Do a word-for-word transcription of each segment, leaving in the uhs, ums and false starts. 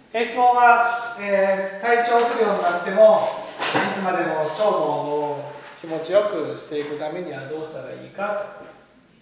え質問は、えー、体調不良になってもいつまでも腸門を気持ちよくしていくためにはどうしたらいいかと。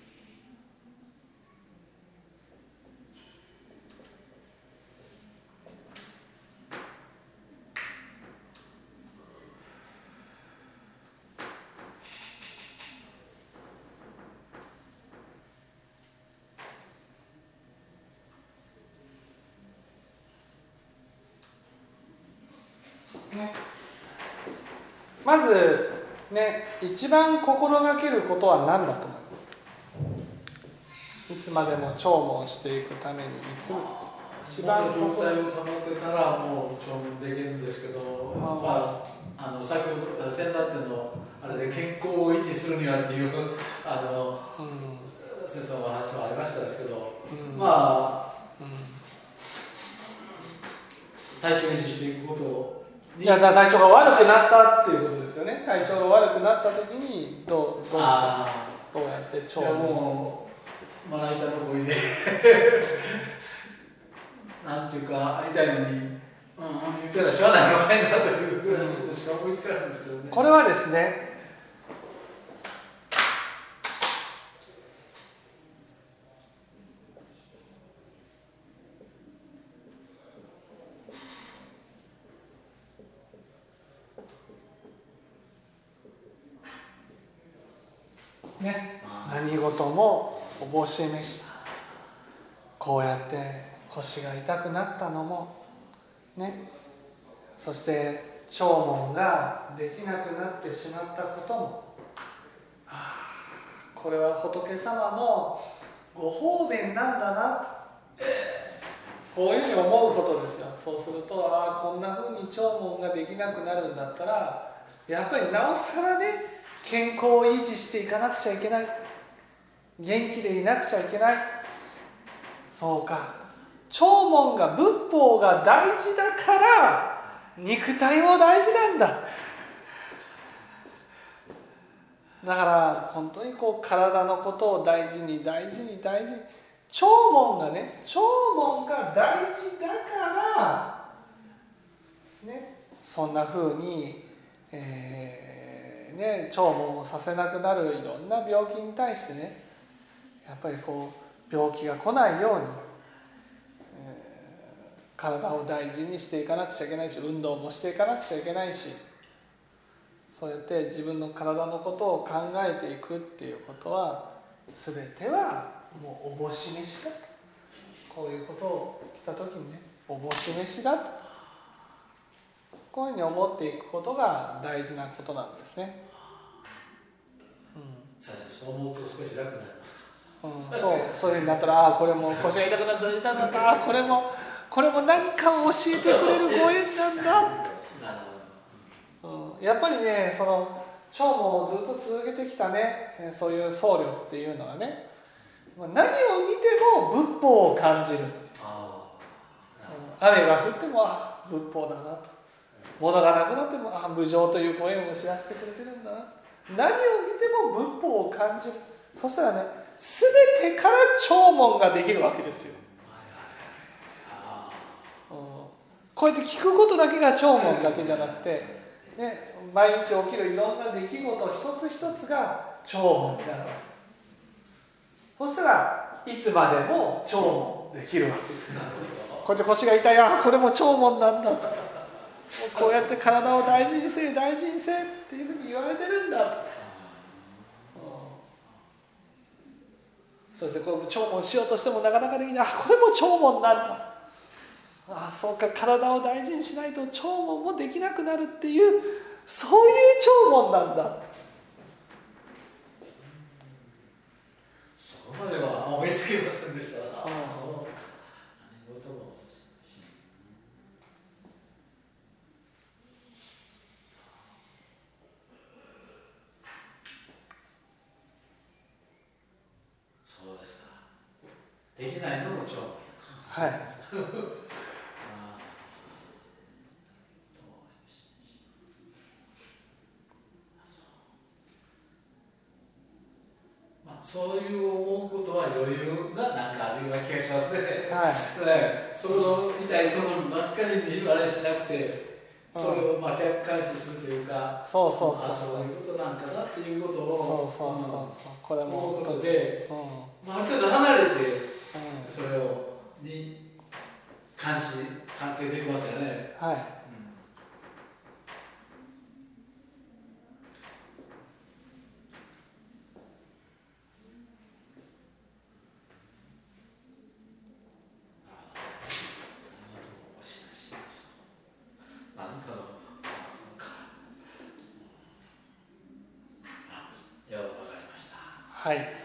ね、まず、ね、一番心がけることは何だと思います？いつまでも腸門していくためにいつも一番状態を保てたらもう腸門できるんですけど、あまあ、あの先ほど先だってのあれで健康を維持するにはっていうあの、うん、先生の話もありましたですけど、うん、まあ、うん、体調維持していくことをいやだ体調が悪くなったっていうことですよね。体調が悪くなった時にどうどうしてどうやって腸門をして。 まな板の声でなんていうか会いたいのに、うん、言ったらしょうがないのかいなというぐらいのことしか思いつかないんですけどね。 これはですね、ね、何事もおぼしめした。こうやって腰が痛くなったのもね、そして腸門ができなくなってしまったことも、はあ、これは仏様のご褒美なんだなと、こういうふうに思うことですよ。そうすると、ああこんなふうに腸門ができなくなるんだったら、やっぱりなおさらね健康を維持していかなくちゃいけない、元気でいなくちゃいけない。そうか、腸門が仏法が大事だから肉体も大事なんだ。だから本当にこう体のことを大事に大事に大事に、腸門がね、腸門が大事だからね、そんな風に、えーね、腸門をさせなくなるいろんな病気に対してね、やっぱりこう病気が来ないように、えー、体を大事にしていかなくちゃいけないし、運動もしていかなくちゃいけないし、そうやって自分の体のことを考えていくっていうことは全てはもうおぼし飯だと。こういうことを来た時にね、おぼし飯だと、こういうふうに思っていくことが大事なことなんですね。 うん、そう思うと少し楽になりますか。 うん、そう、そういうふうになったら、ああこれも腰が痛くなったら痛かった、あこれもこれも何かを教えてくれるご縁なんだって。うん、やっぱりね、その腸門をずっと続けてきたね、そういう僧侶っていうのはね、何を見ても仏法を感じるっていう。あ、うん、雨が降ってもあ仏法だなと、物がなくなってもあ無常というご縁を知らせてくれてるんだな、何を見ても仏法を感じる。そしたらね、全てから腸門ができるわけですよ。うん、こうやって聞くことだけが腸門だけじゃなくてね、毎日起きるいろんな出来事一つ一つが腸門になるわけです。そしたらいつまでも腸門できるわけです。こうやって腰が痛い、あこれも腸門なんだ、こうやって体を大事にせえ大事にせえっていうふうに言われてるんだと、うん、そしてこう腸門しようとしてもなかなかできない、あこれも腸門なんだ、ああそうか、体を大事にしないと腸門もできなくなるっていう、そういう腸門なんだ。 そこまでは思いつきませんでした。ああ、そうか。何事も。そうですか。できないのも腸門やと。 はい。そういう思うことは余裕がなんかあるような気がしますね。 ははいね、それを見たいところばっかりにあれしなくて、それをまあ客観視するというか、 そうそうそうあ、そういうことなんかなっていうことをそうそうそうそう、これも思うことで、 うんまあ、ある程度離れてうんそれをに監視関係できますよね。 はい、 なんかの、あ、そうか。あ、よくわかりました。 はい。